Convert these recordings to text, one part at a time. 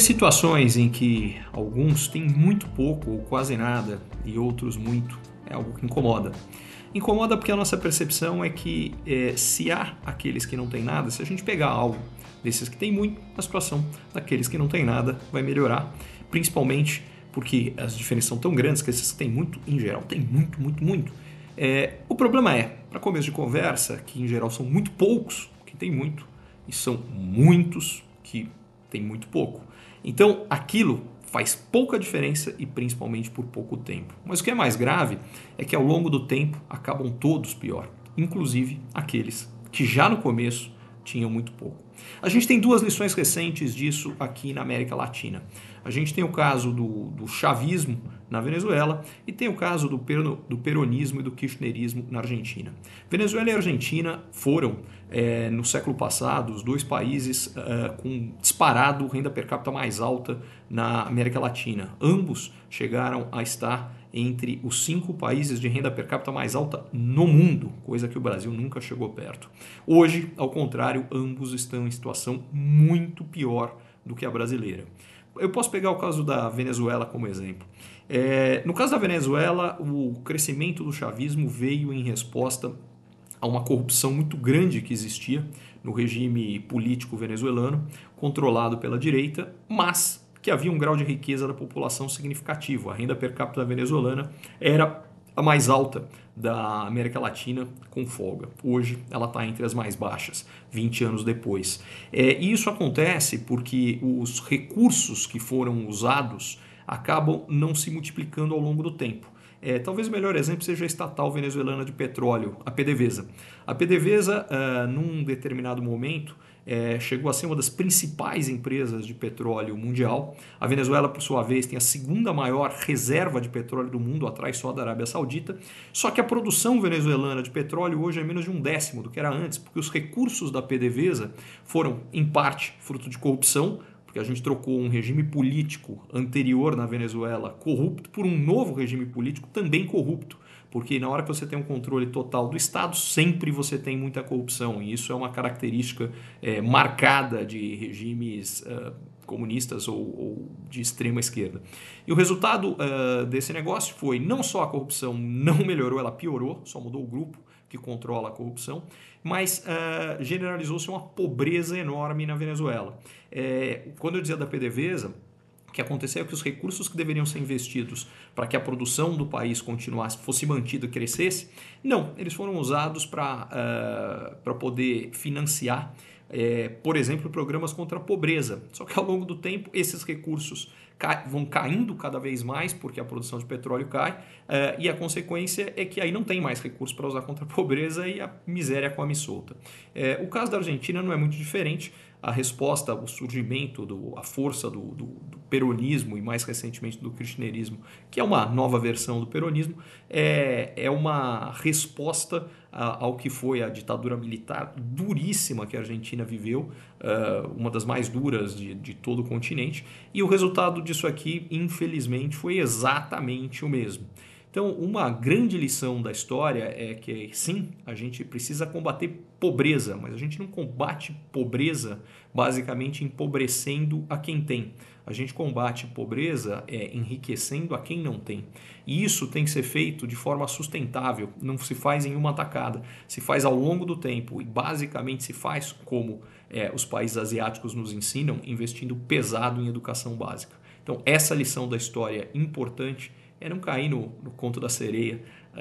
situações em que alguns têm muito pouco ou quase nada e outros muito, é algo que incomoda. Incomoda porque a nossa percepção é que se há aqueles que não têm nada, se a gente pegar algo desses que têm muito, a situação daqueles que não têm nada vai melhorar, principalmente porque as diferenças são tão grandes que esses que têm muito, em geral, têm muito, muito, muito. O problema é, para começo de conversa, que em geral são muito poucos que têm muito e são muitos que têm muito pouco. Então, aquilo faz pouca diferença e principalmente por pouco tempo. Mas o que é mais grave é que ao longo do tempo acabam todos pior, inclusive aqueles que já no começo tinham muito pouco. A gente tem duas lições recentes disso aqui na América Latina. A gente tem o caso do chavismo na Venezuela e tem o caso do peronismo e do kirchnerismo na Argentina. Venezuela e Argentina foram, no século passado, os dois países com disparado renda per capita mais alta na América Latina. Ambos chegaram a estar entre os 5 países de renda per capita mais alta no mundo, coisa que o Brasil nunca chegou perto. Hoje, ao contrário, ambos estão em situação muito pior do que a brasileira. Eu posso pegar o caso da Venezuela como exemplo. No caso da Venezuela, o crescimento do chavismo veio em resposta a uma corrupção muito grande que existia no regime político venezuelano, controlado pela direita, mas que havia um grau de riqueza da população significativo. A renda per capita venezuelana era a mais alta da América Latina com folga. Hoje ela está entre as mais baixas, 20 anos depois. E isso acontece porque os recursos que foram usados acabam não se multiplicando ao longo do tempo. Talvez o melhor exemplo seja a estatal venezuelana de petróleo, a PDVSA. A PDVSA, num determinado momento, chegou a ser uma das principais empresas de petróleo mundial. A Venezuela, por sua vez, tem a segunda maior reserva de petróleo do mundo, atrás só da Arábia Saudita. Só que a produção venezuelana de petróleo hoje é menos de 1/10 do que era antes, porque os recursos da PDVSA foram, em parte, fruto de corrupção, porque a gente trocou um regime político anterior na Venezuela corrupto por um novo regime político também corrupto. Porque na hora que você tem um controle total do Estado, sempre você tem muita corrupção. E isso é uma característica marcada de regimes comunistas ou de extrema esquerda. E o resultado desse negócio foi não só a corrupção não melhorou, ela piorou, só mudou o grupo que controla a corrupção, mas generalizou-se uma pobreza enorme na Venezuela. Quando eu dizia da PDVSA, o que aconteceu é que os recursos que deveriam ser investidos para que a produção do país continuasse, fosse mantida e crescesse, não, eles foram usados para poder financiar, por exemplo, programas contra a pobreza. Só que ao longo do tempo esses recursos vão caindo cada vez mais porque a produção de petróleo cai e a consequência é que aí não tem mais recursos para usar contra a pobreza e a miséria come solta. O caso da Argentina não é muito diferente. A resposta, o surgimento, a força do peronismo e mais recentemente do kirchnerismo, que é uma nova versão do peronismo, é uma resposta ao que foi a ditadura militar duríssima que a Argentina viveu, uma das mais duras de todo o continente, e o resultado disso aqui, infelizmente, foi exatamente o mesmo. Então, uma grande lição da história é que, sim, a gente precisa combater pobreza, mas a gente não combate pobreza basicamente empobrecendo a quem tem. A gente combate pobreza enriquecendo a quem não tem. E isso tem que ser feito de forma sustentável, não se faz em uma tacada, se faz ao longo do tempo e basicamente se faz como os países asiáticos nos ensinam, investindo pesado em educação básica. Então, essa lição da história importante é não cair no conto da sereia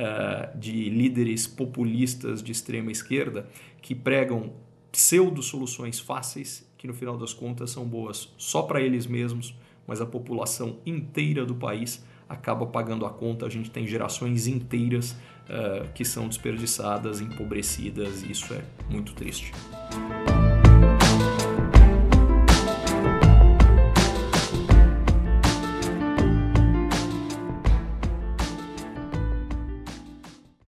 de líderes populistas de extrema esquerda que pregam pseudo-soluções fáceis que no final das contas são boas só para eles mesmos, mas a população inteira do país acaba pagando a conta. A gente tem gerações inteiras que são desperdiçadas, empobrecidas, e isso é muito triste.